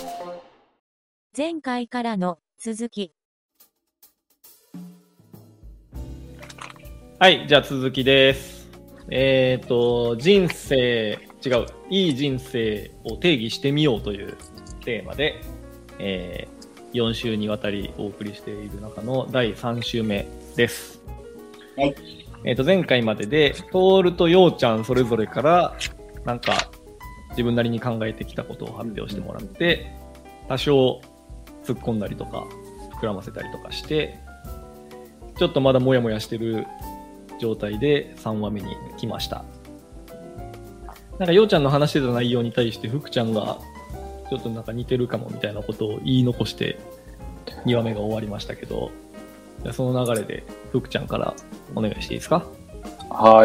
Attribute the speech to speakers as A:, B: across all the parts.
A: 前回からの続き。
B: はい、じゃあ続きです。人生、いい人生を定義してみようというテーマで、4週にわたりお送りしている中の第3週目です。
C: はい。
B: 前回までで、トールとヨウちゃんそれぞれから、なんか、自分なりに考えてきたことを発表してもらって、多少突っ込んだりとか、膨らませたりとかして、ちょっとまだモヤモヤしてる状態で3話目に来ました。なんか、ヨウちゃんの話してた内容に対して、福ちゃんが、ちょっとなんか似てるかもみたいなことを言い残して、2話目が終わりましたけど、じゃあその流れで、福ちゃんからお願いしていいですか？
C: はい。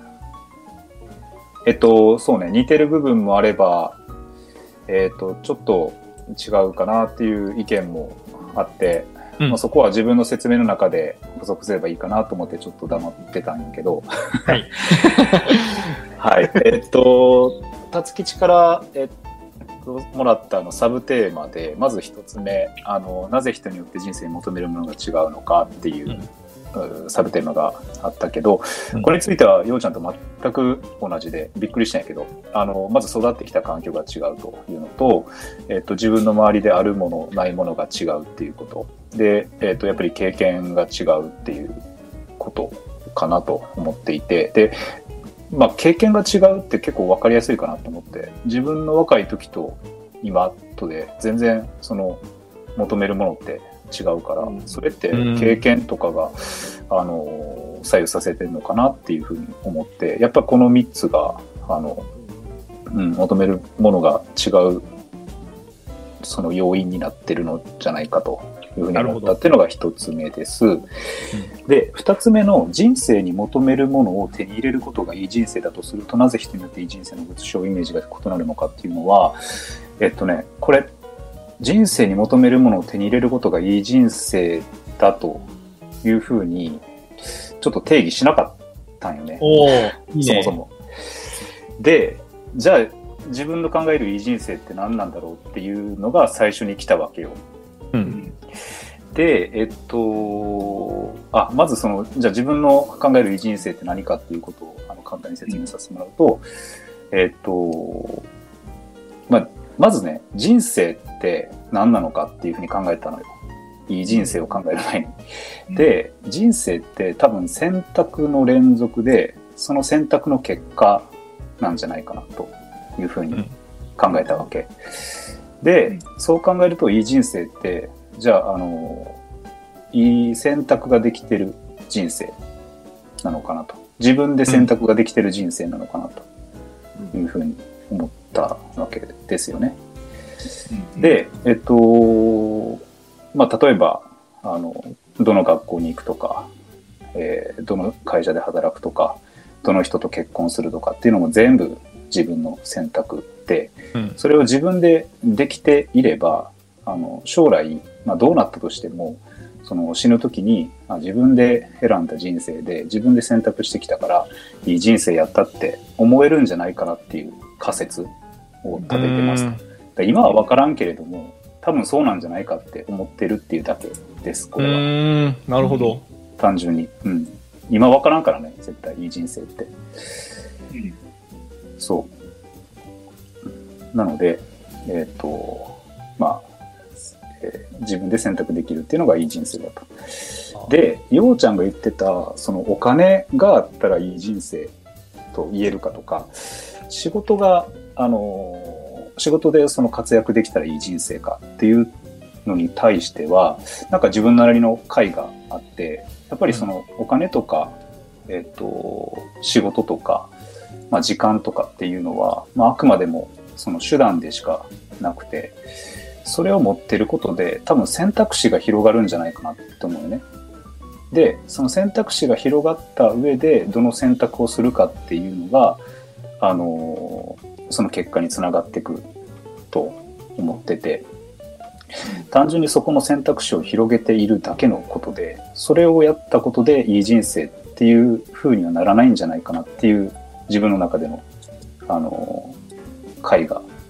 C: そうね、似てる部分もあれば、ちょっと違うかなっていう意見もあって、そこは自分の説明の中で補足すればいいかなと思ってちょっと黙ってたんやけど。
B: はい。
C: はい。辰吉から、もらったサブテーマで、まず一つ目、なぜ人によって人生に求めるものが違うのかっていう、サブテーマがあったけど、これについてはようちゃんと全く同じでびっくりしたんやけど、まず育ってきた環境が違うというのと、自分の周りであるものないものが違うっていうことで、やっぱり経験が違うっていうことかなと思っていて、で、経験が違うって結構分かりやすいかなと思って、自分の若い時と今とで全然その求めるものって違うから、それって経験とかが、左右させてるのかなっていうふうに思って、やっぱこの3つが求めるものが違うその要因になってるのじゃないかというふうに思ったっていうのが1つ目です。で、2つ目の人生に求めるものを手に入れることがいい人生だとすると、なぜ人によっていい人生の物性イメージが異なるのかっていうのは、これ人生に求めるものを手に入れることがいい人生だというふうにちょっと定義しなかったんよね。
B: いいね。
C: そもそも。で、じゃあ自分の考えるいい人生って何なんだろうっていうのが最初に来たわけよ。で、まずじゃあ自分の考えるいい人生って何かっていうことを簡単に説明させてもらうと、まずね、人生って何なのかっていうふうに考えたのよ。いい人生を考える前に。で、人生って多分選択の連続で、その選択の結果なんじゃないかなというふうに考えたわけ。で、そう考えるといい人生って、じゃあ、いい選択ができてる人生なのかなと。自分で選択ができてる人生なのかなというふうに思ったわけですよね。で、例えば、どの学校に行くとか、どの会社で働くとか、どの人と結婚するとかっていうのも全部自分の選択で、それを自分でできていれば、将来、どうなったとしても、その死ぬ時に自分で選んだ人生で自分で選択してきたからいい人生やったって思えるんじゃないかなっていう仮説を立ててますと。今は分からんけれども多分そうなんじゃないかって思ってるっていうだけです。これは
B: なるほど。
C: 単純に、今分からんからね、絶対いい人生って、そうなので自分で選択できるっていうのがいい人生だと。で、ようちゃんが言ってたそのお金があったらいい人生と言えるかとか、仕事でその活躍できたらいい人生かっていうのに対しては、なんか自分なりの解があって、やっぱりそのお金とか、仕事とか、時間とかっていうのは、あくまでもその手段でしかなくて、それを持ってることで多分選択肢が広がるんじゃないかなって思うよね。で、その選択肢が広がった上でどの選択をするかっていうのが、その結果につながってくると思ってて、単純にそこの選択肢を広げているだけのことで、それをやったことでいい人生っていう風にはならないんじゃないかなっていう自分の中での解が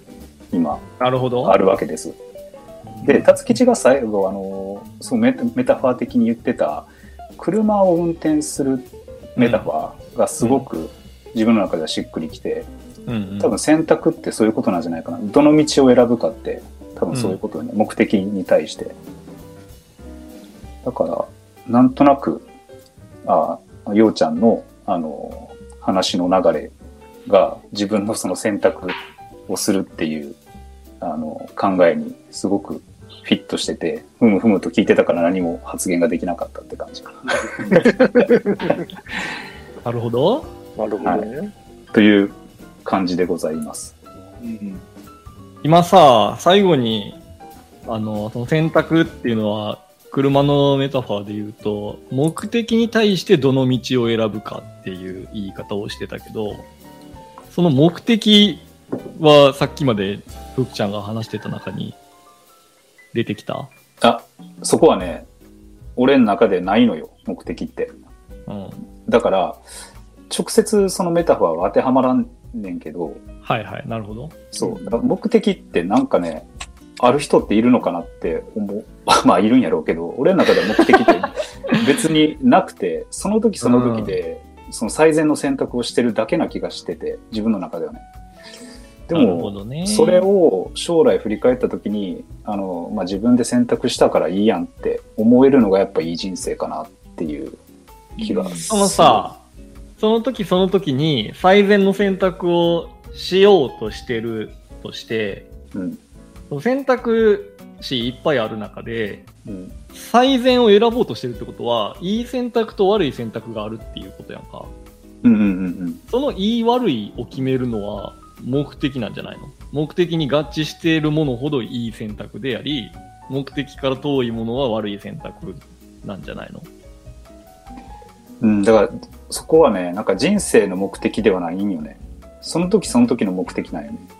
C: 今
B: なるほど。
C: あるわけです。で辰吉が最後そのメタファー的に言ってた車を運転するメタファーがすごく自分の中ではしっくりきて、多分選択ってそういうことなんじゃないかな。どの道を選ぶかって多分そういうことね、目的に対して。だからなんとなくようちゃんの話の流れが自分のその選択をするっていう考えにすごくフィットしてて、ふむふむと聞いてたから何も発言ができなかったって感じかな。
B: なるほど。
D: なるほどね、
C: はい。という感じでございます。
B: 今さ、最後にその選択っていうのは車のメタファーで言うと目的に対してどの道を選ぶかっていう言い方をしてたけど、その目的はさっきまでふくちゃんが話してた中に出てきた？
C: そこはね、俺の中でないのよ、目的って。だから直接そのメタファーは当てはまらんねんけど。
B: はいはい、なるほど。
C: そう。だから目的ってなんかね、ある人っているのかなって思う。まあいるんやろうけど、俺の中では目的って別になくて、その時その時で、その最善の選択をしてるだけな気がしてて、自分の中ではね。でも、それを将来振り返った時に、自分で選択したからいいやんって思えるのがやっぱいい人生かなっていう気がする。
B: そのさ、その時その時に最善の選択をしようとしてるとして、選択肢いっぱいある中で、最善を選ぼうとしてるってことは、いい選択と悪い選択があるっていうことやんか。そのいい悪いを決めるのは目的なんじゃないの？目的に合致しているものほどいい選択であり、目的から遠いものは悪い選択なんじゃないの？
C: だからそこはね、なんか人生の目的ではないんよね。その時その時の目的なんよね。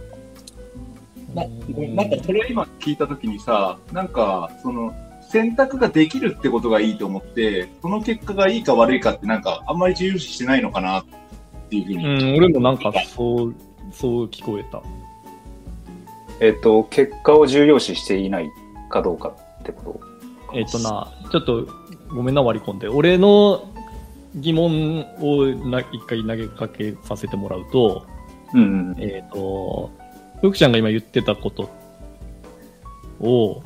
E: なんかそれ今聞いた時にさ、なんかその選択ができるってことがいいと思って、その結果がいいか悪いかってなんかあんまり重要視してないのかなっていうふうに。
B: 俺もなんかそう聞こえた。
C: 結果を重要視していないかどうかってこと？
B: ちょっとごめんな、割り込んで。俺の疑問を一回投げかけさせてもらうと、ふくちゃんが今言ってたことを、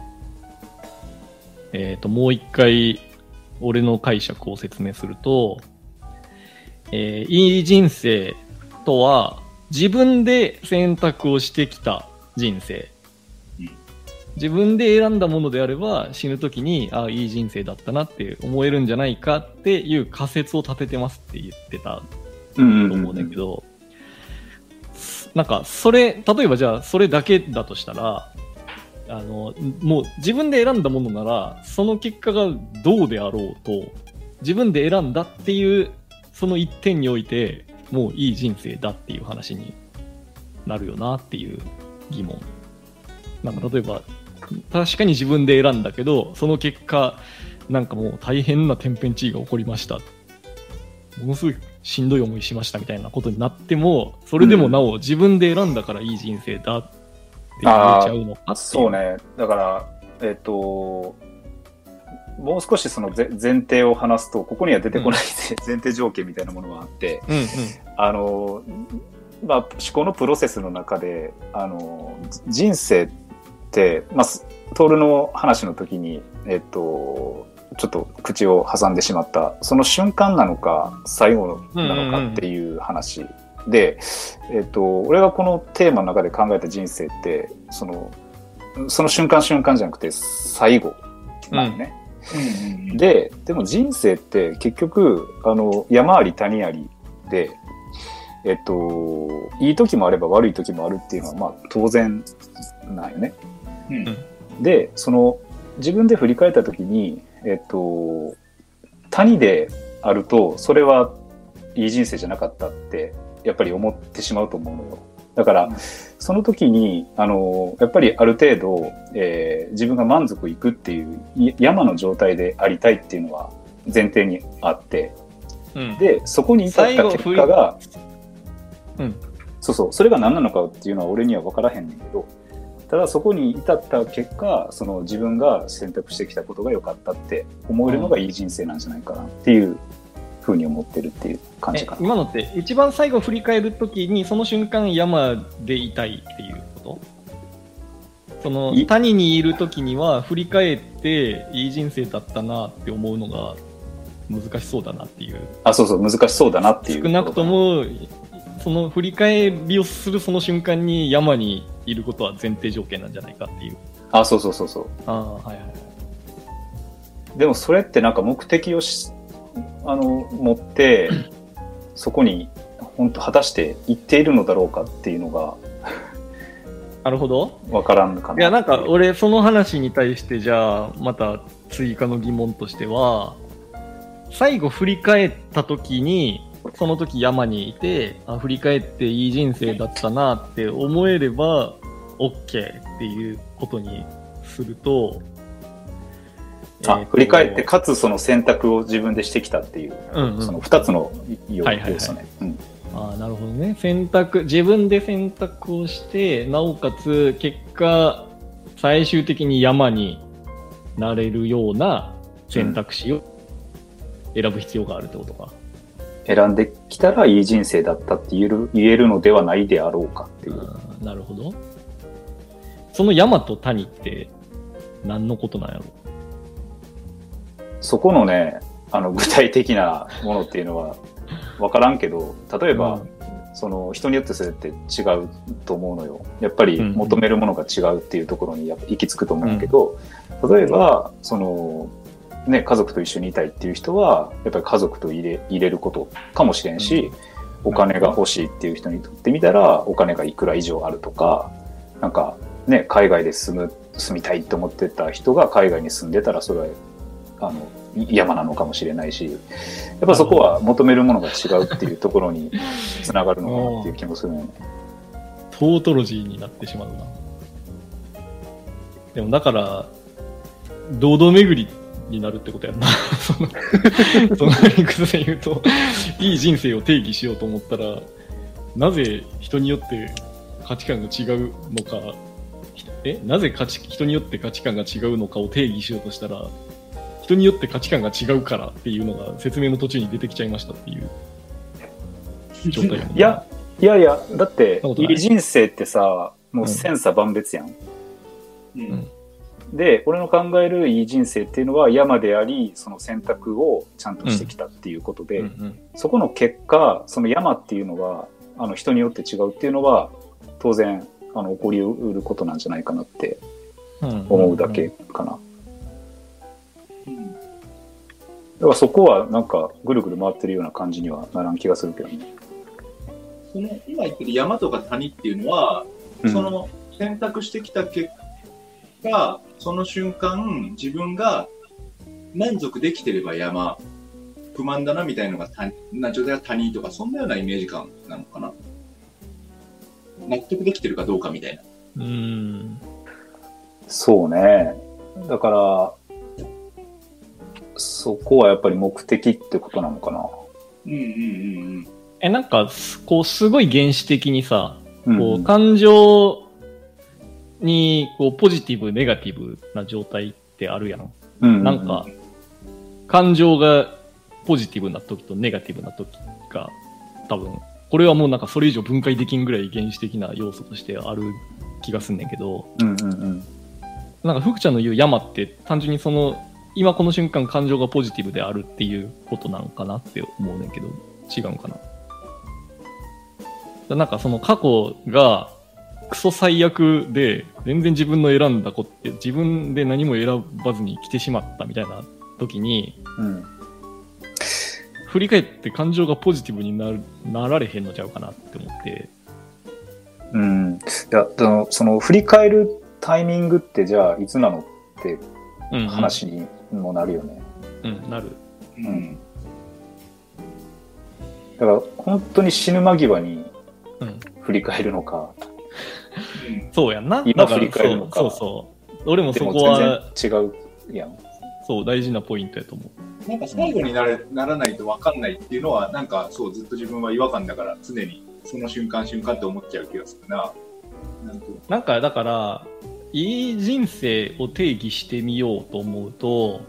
B: もう一回俺の解釈を説明すると、いい人生とは自分で選択をしてきた人生。自分で選んだものであれば死ぬ時にいい人生だったなって思えるんじゃないかっていう仮説を立ててますって言ってたと思うんだけど、なんか例えばじゃあそれだけだとしたら、もう自分で選んだものならその結果がどうであろうと自分で選んだっていうその一点においてもういい人生だっていう話になるよなっていう疑問。なんか例えば確かに自分で選んだけどその結果なんかもう大変な天変地異が起こりました、ものすごいしんどい思いしましたみたいなことになっても、それでもなお自分で選んだからいい人生だって言えちゃうのかっていう。
C: そうね。だからもう少しその前提を話すと、ここには出てこない前提条件みたいなものがあって、思考のプロセスの中で人生って、トールの話の時にちょっと口を挟んでしまったその瞬間なのか最後なのかっていう話で、俺がこのテーマの中で考えた人生ってその瞬間瞬間じゃなくて最後なのね。でも人生って結局山あり谷ありで、いい時もあれば悪い時もあるっていうのは当然なんよね。で自分で振り返った時に、谷であるとそれはいい人生じゃなかったってやっぱり思ってしまうと思うのよ。だからその時にやっぱりある程度、自分が満足いくっていう山の状態でありたいっていうのは前提にあって、でそこに至った結果が、 そうそう、それが何なのかっていうのは俺には分からへんねんけど、ただそこに至った結果、その自分が選択してきたことが良かったって思えるのがいい人生なんじゃないかなっていうふうに思ってるっていう感じかな。
B: 今のって一番最後振り返るときにその瞬間山でいたいっていうこと？その谷にいるときには振り返っていい人生だったなって思うのが難しそうだなっていう。
C: あ、そうそう、難しそうだなっていう。
B: 少なくともその振り返りをするその瞬間に山にいることは前提条件なんじゃないかっていう。
C: あ、そうそうそうそう。
B: ああ、はいはいはい。
C: でもそれってなんか目的を持ってそこに本当果たして行っているのだろうかっていうのが
B: なるほど。
C: 分からんかな。
B: いやなんか俺その話に対してじゃあまた追加の疑問としては、最後振り返った時にその時山にいて、あ、振り返っていい人生だったなって思えれば OK っていうことにすると、
C: 振り返ってかつその選択を自分でしてきたっていう、その2つの要素ね。
B: あ、なるほどね。自分で選択をしてなおかつ結果最終的に山になれるような選択肢を選ぶ必要があるってことか。
C: 選んできたらいい人生だったって言えるのではないであろうかっていう。
B: なるほど。その山と谷って何のことなんやろ？
C: そこのね、具体的なものっていうのは分からんけど、例えば、その人によってそれって違うと思うのよ。やっぱり求めるものが違うっていうところに行き着くと思うんだけど、例えばそのね、家族と一緒にいたいっていう人はやっぱり家族と入れることかもしれんし、お金が欲しいっていう人にとってみたらお金がいくら以上あるとか、なんかね、海外で住みたいと思ってた人が海外に住んでたらそれは山なのかもしれないし、やっぱそこは求めるものが違うっていうところにつながるのかなっていう気もするよね。
B: トートロジーになってしまうな。でもだから堂々巡りになるってことやんな。その理屈で言うと、いい人生を定義しようと思ったら、なぜ人によって価値観が違うのか、なぜ人によって価値観が違うのかを定義しようとしたら、人によって価値観が違うからっていうのが説明の途中に出てきちゃいましたっていう状態やね。
C: いや、だっていい人生ってさ、もう千差万別やん。で、俺の考えるいい人生っていうのは山であり、その選択をちゃんとしてきたっていうことで、そこの結果、その山っていうのが人によって違うっていうのは当然起こりうることなんじゃないかなって思うだけかな。だからそこはなんかぐるぐる回ってるような感じにはならん気がするけどね。
E: その今言ってる山とか谷っていうのは、その選択してきた結果、その瞬間自分が満足できてれば山、不満だなみたいなのが状態が谷とか、そんなようなイメージ感なのかな。納得できてるかどうかみたいな。
C: そうね。だからそこはやっぱり目的ってことなのかな。
B: なんかこうすごい原始的にさ、こう感情にこうポジティブネガティブな状態ってあるやん。なんか感情がポジティブな時とネガティブな時が多分これはもうなんかそれ以上分解できんぐらい原始的な要素としてある気がすんねんけど、なんか福ちゃんの言う山って単純にその今この瞬間感情がポジティブであるっていうことなのかなって思うねんけど、違うのかな。なんかその過去がクソ最悪で全然自分の選んだことって自分で何も選ばずに来てしまったみたいな時に、振り返って感情がポジティブになられへんのちゃうかなって思って。
C: いや、その振り返るタイミングってじゃあいつなのって話にもなるよね。
B: なる。
C: だから本当に死ぬ間際に振り返るのか、
B: そうやんな。
C: 今振り返るのか。
B: 俺もそこは
C: 全然違うやん。
B: そう、大事なポイントやと思う。
E: なんか最後にならないと分かんないっていうのは、なんかそうずっと自分は違和感だから常にその瞬間瞬間って思っちゃう気がするな。
B: なんかだからいい人生を定義してみようと思うと、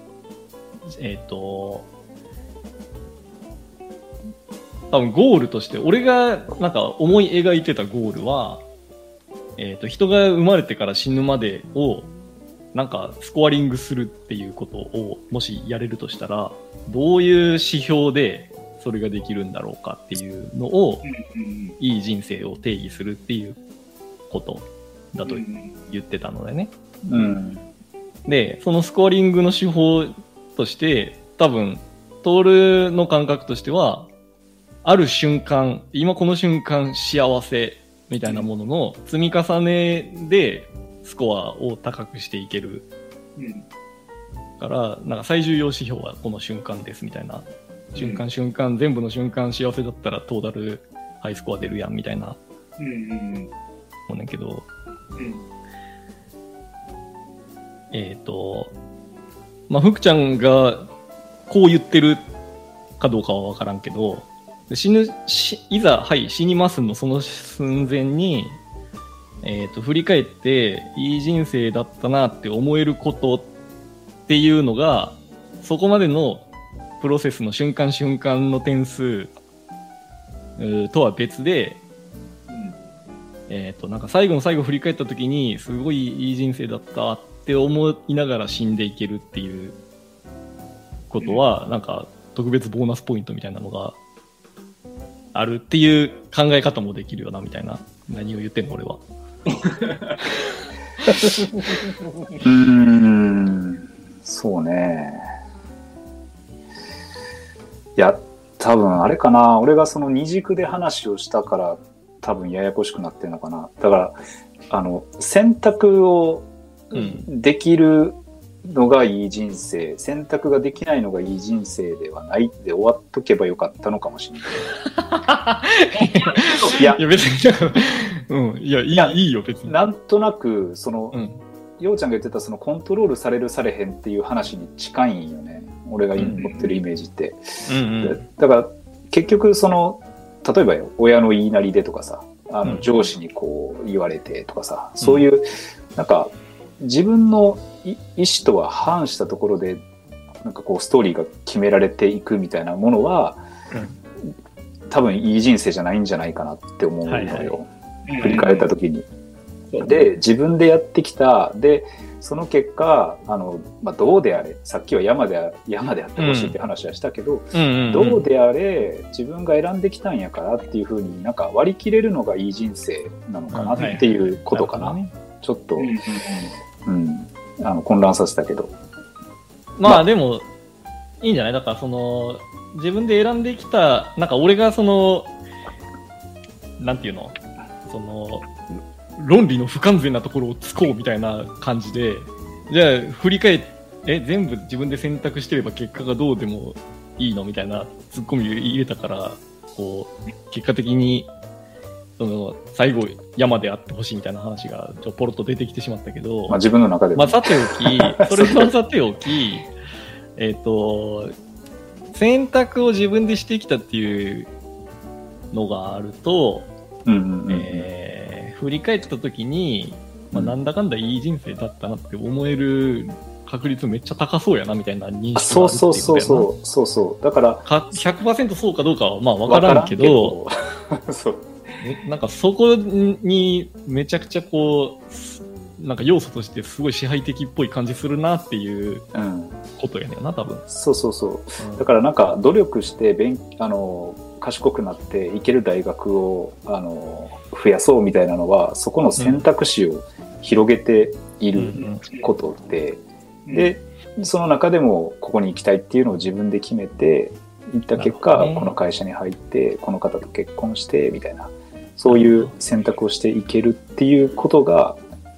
B: 多分ゴールとして俺がなんか思い描いてたゴールは、人が生まれてから死ぬまでをなんかスコアリングするっていうことをもしやれるとしたら、どういう指標でそれができるんだろうかっていうのを、いい人生を定義するっていうことだと言ってたのでね。
C: うん、
B: で、そのスコアリングの手法として多分トールの感覚としては、ある瞬間、今この瞬間幸せみたいなものの積み重ねでスコアを高くしていける、から、なんか最重要指標はこの瞬間ですみたいな、瞬間瞬間全部の瞬間幸せだったらトータルハイスコア出るやんみたいな、思うねんけど、まあ福ちゃんがこう言ってるかどうかは分からんけど、いざ、はい、死にますのその寸前に、振り返って、いい人生だったなって思えることっていうのが、そこまでのプロセスの瞬間瞬間の点数とは別で、なんか最後の最後振り返った時に、すごいいい人生だったって思いながら死んでいけるっていうことは、なんか特別ボーナスポイントみたいなのが、あるっていう考え方もできるよなみたいな。何を言ってんの俺は。
C: そうね。いや多分あれかな、俺がその二軸で話をしたから多分ややこしくなってるのかな。だから選択をできるのがいい人生、選択ができないのがいい人生ではないで終わっとけばよかったのかもしれない。いや
B: 別にいいよ別に。
C: なんとなくその、ようちゃんが言ってたそのコントロールされるされへんっていう話に近いんよね、俺が持ってるイメージって。だから結局その例えばよ、親の言いなりでとかさ、上司にこう言われてとかさ、そういうなんか自分の意思とは反したところでなんかこうストーリーが決められていくみたいなものは、多分いい人生じゃないんじゃないかなって思うのよ、振り返った時に。で自分でやってきた、でその結果どうであれ、さっきは山であってほしいって話はしたけど、どうであれ自分が選んできたんやからっていう風になんか割り切れるのがいい人生なのかなっていうことかな。ちょっと、混乱させたけど、
B: まあでもいいんじゃない。だからその自分で選んできた、なんか俺がそのなんていうの、その論理の不完全なところを突こうみたいな感じで、じゃあ振り返って全部自分で選択してれば結果がどうでもいいのみたいなツッコミを入れたから、こう結果的にその最後山であってほしいみたいな話がポロッと出てきてしまったけど、
C: 自分の中でも、
B: さておき、それはさておき選択を自分でしてきたっていうのがあると、振り返った時に、なんだかんだいい人生だったなって思える確率めっちゃ高そうやなみたいな認識があるっていうことやな。
C: そうだから
B: 100% そうかどうかはまあ分からんけどそうなんかそこにめちゃくちゃこうなんか要素としてすごい支配的っぽい感じするなっていうことやねんな、多分。だからなんか努力して賢くなっていける大学を増やそうみたいなのは、そこの選択肢を広げていることで、でその中でもここに行きたいっていうのを自分で決めていった結果、この会社に入ってこの方と結婚してみたいな、そういう選択をしていけるっていうことが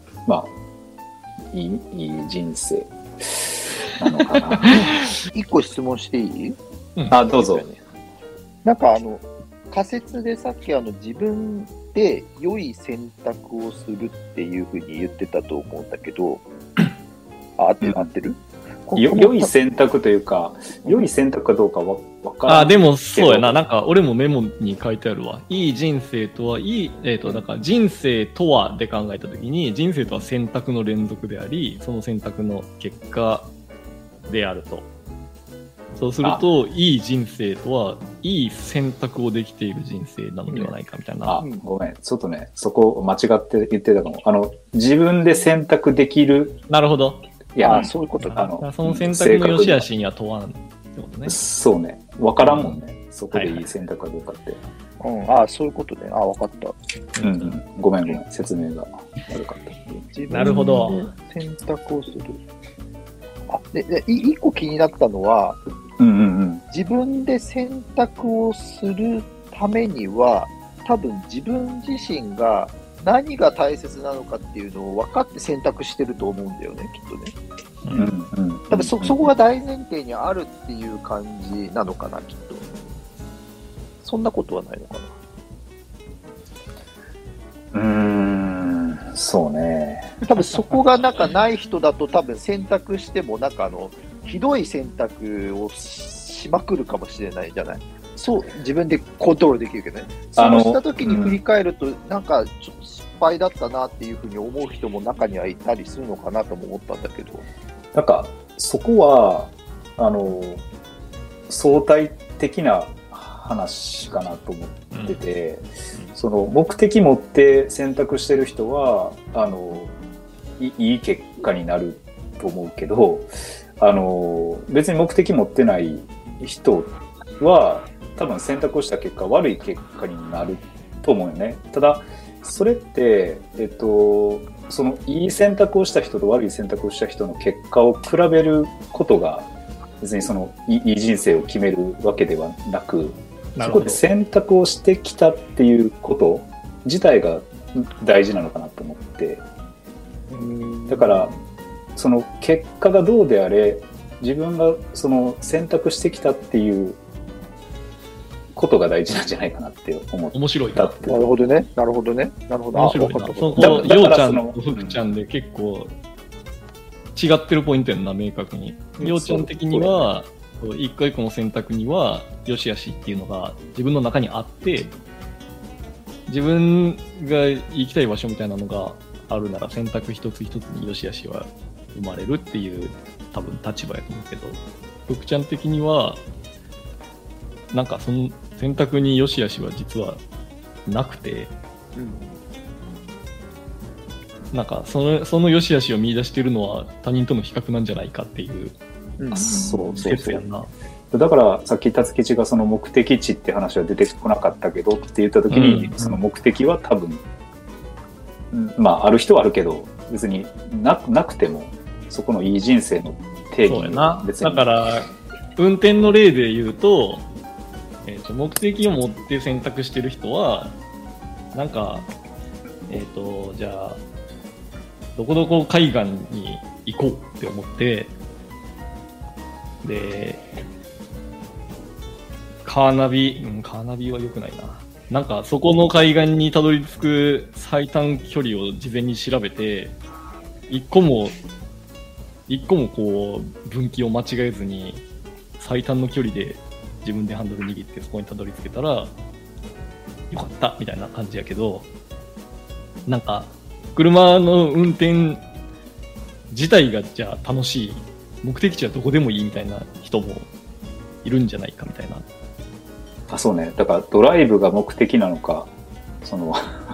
B: いい人生なのかな。
D: 一個質問していい？
C: どうぞ。
D: なんか仮説でさっき自分で良い選択をするっていうふうに言ってたと思うんだけど、合ってる？良
C: い選択というか、良い選択かどうか分わからん
B: でもそうやな。なんか俺もメモに書いてあるわ。いい人生とは、だから人生とはで考えたときに、人生とは選択の連続であり、その選択の結果であると。そうすると、いい人生とは、いい選択をできている人生なのではないかみたいな。
C: ごめん。ちょっとね、そこ間違って言ってたかも。自分で選択できる。
B: なるほど。
C: いや、
D: そういうこと
B: か。その選択の良し悪しには問わんってことね。
C: そうね。わからんもんね。そこでいい選択かどうかって。
D: そういうことね。わかった。
C: ごめん。説明が悪かった。
B: なるほど。
D: 選択をする。で、一個気になったのは、自分で選択をするためには、多分自分自身が何が大切なのかっていうのを分かって選択してると思うんだよね、きっとね。多分そこが大前提にあるっていう感じなのかな、きっと。そんなことはないのか
C: な。そうね。
D: 多分そこがない人だと多分選択してもひどい選択をしまくるかもしれないじゃない。そう自分でコントロールできるけどね。そうした時に振り返るとちょっと失敗だったなっていうふうに思う人も中にはいたりするのかなとも思ったんだけど。
C: なんかそこは相対的な話かなと思ってて、その目的持って選択してる人はいい結果になると思うけど、別に目的持ってない人は多分選択をした結果悪い結果になると思うよね。ただそれってそのいい選択をした人と悪い選択をした人の結果を比べることが別にそのいい人生を決めるわけではなく、そこで選択をしてきたっていうこと自体が大事なのかなと思って、だからその結果がどうであれ自分がその選択してきたっていうことが大事なんじゃないかなって思った。
B: 面白い
D: な。なるほどね。
B: 面白いな。そこようちゃんとふくちゃんで結構違ってるポイントやんな、明確に。ようちゃん的には一個一個の選択には良し悪しっていうのが自分の中にあって、自分が行きたい場所みたいなのがあるなら選択一つ一つに良し悪しは生まれるっていう多分立場やと思うけど、ふくちゃん的にはなんかその選択に良し悪しは実はなくて、なんかその良し悪しを見出しているのは他人との比較なんじゃないかっていう説やんな。
C: だからさっき辰吉がその目的地って話は出てこなかったけどって言った時に、その目的は多分ある人はあるけど別になくてもそこのいい人生の定義は別に。
B: だから運転の例で言うと、目的を持って選択してる人はなんかじゃあどこどこ海岸に行こうって思って、でカーナビは良くないな。なんかそこの海岸にたどり着く最短距離を事前に調べて、一個もこう分岐を間違えずに最短の距離で自分でハンドル握ってそこにたどり着けたらよかったみたいな感じやけど、なんか車の運転自体がじゃあ楽しい、目的地はどこでもいいみたいな人もいるんじゃないかみたいな。
C: そうね。だからドライブが目的なのか、その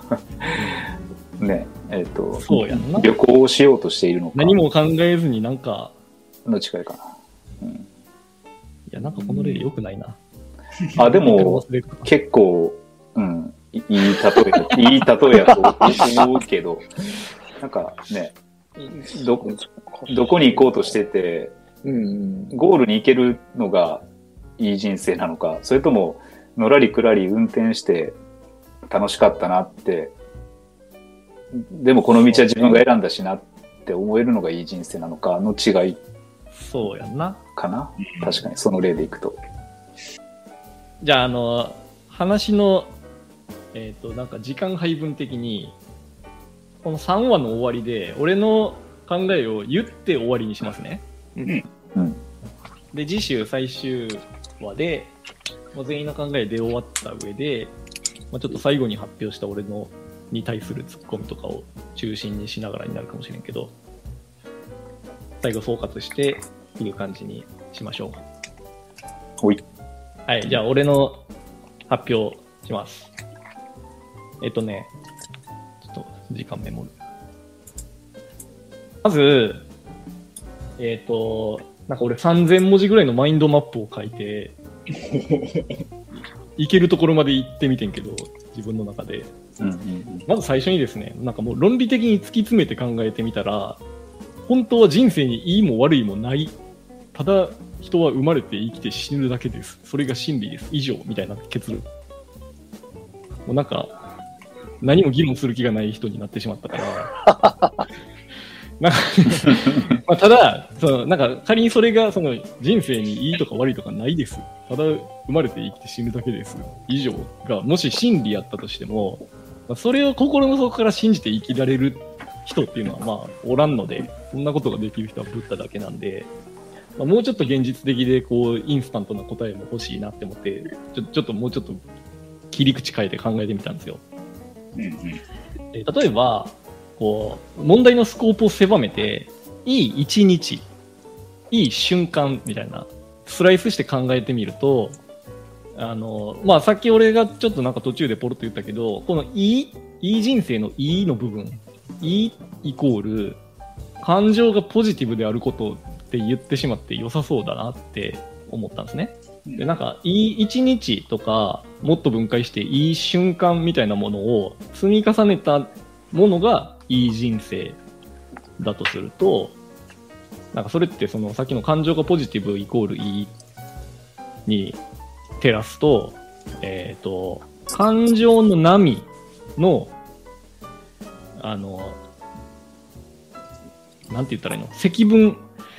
C: ね
B: そうやんな、
C: 旅行をしようとしているのか、
B: 何も考えずになんか
C: の違いかな。
B: いやなんかこの例良くないな。
C: でも結構いい例えやと思うけど、なんかね、どこに行こうとしてて、ゴールに行けるのがいい人生なのか、それとものらりくらり運転して楽しかったなって、でもこの道は自分が選んだしなって思えるのがいい人生なのかの違い。
B: そうやんな。
C: かな。確かにその例でいくと。
B: じゃあ話のなんか時間配分的にこの3話の終わりで俺の考えを言って終わりにしますね。で次週最終話で、全員の考え出終わった上で、ちょっと最後に発表した俺のに対するツッコミとかを中心にしながらになるかもしれんけど、最後総括している感じにしましょう。
C: ほい。
B: はい、じゃあ俺の発表します。ちょっと時間メモる。まず、なんか俺3000文字ぐらいのマインドマップを書いて、行けるところまで行ってみてんけど、自分の中で。まず最初にですね、なんかもう論理的に突き詰めて考えてみたら、本当は人生にいいも悪いもない。ただ、人は生まれて生きて死ぬだけです。それが真理です。以上。みたいな結論。もうなんか、何も議論する気がない人になってしまったから。なんかただなんか仮にそれがその人生にいいとか悪いとかないです。ただ生まれて生きて死ぬだけです。以上がもし真理やったとしても、それを心の底から信じて生きられる人っていうのはおらんので、そんなことができる人はブッダだけなんで、もうちょっと現実的でこうインスタントな答えも欲しいなって思って、ちょっともうちょっと切り口変えて考えてみたんですよ。例えばこう問題のスコープを狭めて、いい一日、いい瞬間みたいなスライスして考えてみると、さっき俺がちょっとなんか途中でポロッと言ったけど、このいい人生のいいの部分、いいイコール感情がポジティブであることって言ってしまって良さそうだなって思ったんですね。で、なんかいい一日とかもっと分解していい瞬間みたいなものを積み重ねたものがいい人生だとすると、なんかそれってそのさっきの感情がポジティブイコールいいに照らすと、感情の波のなんて言ったらいいの、積分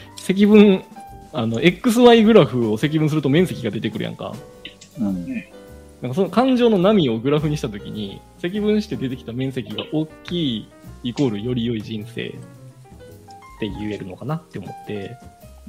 B: XY グラフを積分すると面積が出てくるやんか。なんかその感情の波をグラフにしたときに、積分して出てきた面積が大きいイコールより良い人生って言えるのかなって思って、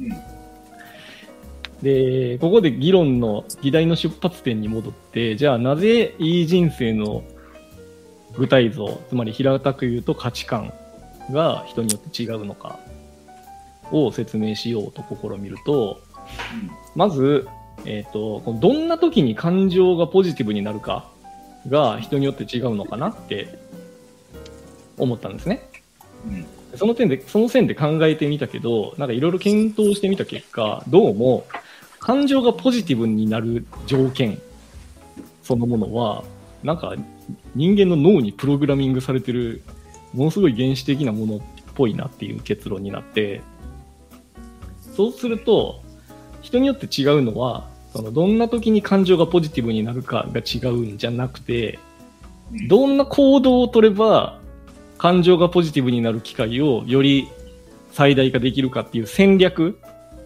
B: で、ここで議題の出発点に戻って、じゃあなぜいい人生の具体像、つまり平たく言うと価値観が人によって違うのかを説明しようと試みると、まず、どんな時に感情がポジティブになるかが人によって違うのかなって思ったんですね。その線で考えてみたけど、なんかいろいろ検討してみた結果、どうも感情がポジティブになる条件そのものは、なんか人間の脳にプログラミングされてるものすごい原始的なものっぽいなっていう結論になって、そうすると人によって違うのは、どんな時に感情がポジティブになるかが違うんじゃなくて、どんな行動を取れば感情がポジティブになる機会をより最大化できるかっていう戦略、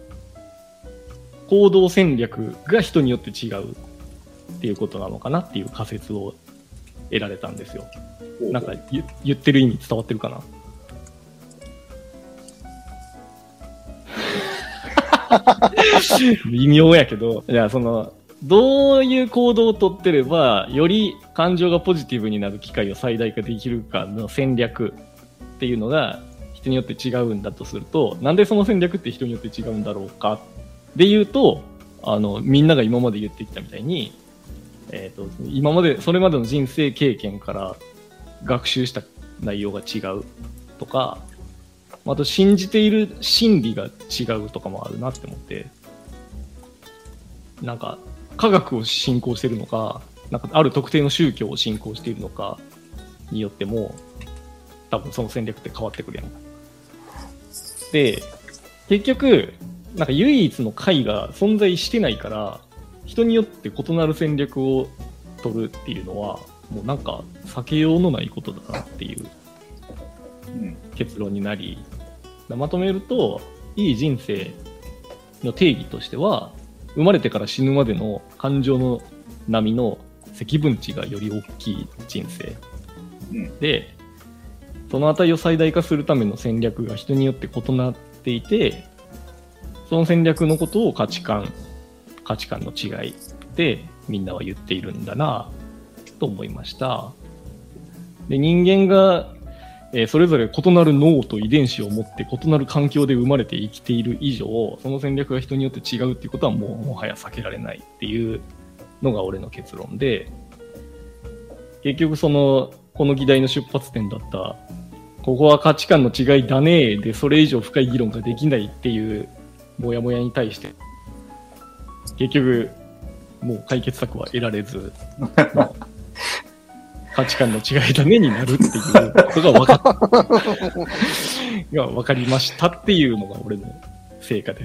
B: 行動戦略が人によって違うっていうことなのかなっていう仮説を得られたんですよ。なんか言ってる意味伝わってるかな？微妙やけど、いや、どういう行動をとってればより感情がポジティブになる機会を最大化できるかの戦略っていうのが人によって違うんだとすると、なんでその戦略って人によって違うんだろうかで言うと、みんなが今まで言ってきたみたいに、それまでの人生経験から学習した内容が違うとか、あと信じている真理が違うとかもあるなって思って、なんか科学を信仰しているのか、なんかある特定の宗教を信仰しているのかによっても、多分その戦略って変わってくるやん。で、結局なんか唯一の解が存在してないから、人によって異なる戦略を取るっていうのはもうなんか避けようのないことだなっていう結論になり、まとめると、いい人生の定義としては、生まれてから死ぬまでの感情の波の積分値がより大きい人生、で、その値を最大化するための戦略が人によって異なっていて、その戦略のことを価値観価値観の違いってみんなは言っているんだなと思いました。で、人間が、それぞれ異なる脳と遺伝子を持って異なる環境で生まれて生きている以上、その戦略が人によって違うっていうことはもはや避けられないっていうのが俺の結論で、結局この議題の出発点だったここは価値観の違いだねでそれ以上深い議論ができないっていうモヤモヤに対して結局もう解決策は得られず価値観の違いだねになるっていうことが分かりましたっていうのが俺の成果です。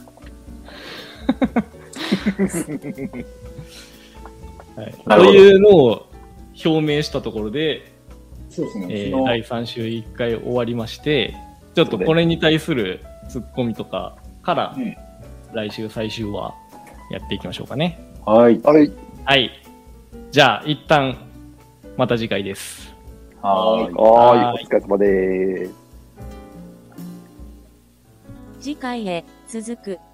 B: はい、というのを表明したところで、
E: そうですね、
B: 第3週1回終わりまして、ちょっとこれに対するツッコミとかから、来週最終話やっていきましょうかね。
C: はい。
D: はい。
B: はい。じゃあ、一旦、また次回です。
C: はい。
D: お疲れ様です。
A: 次回へ続く。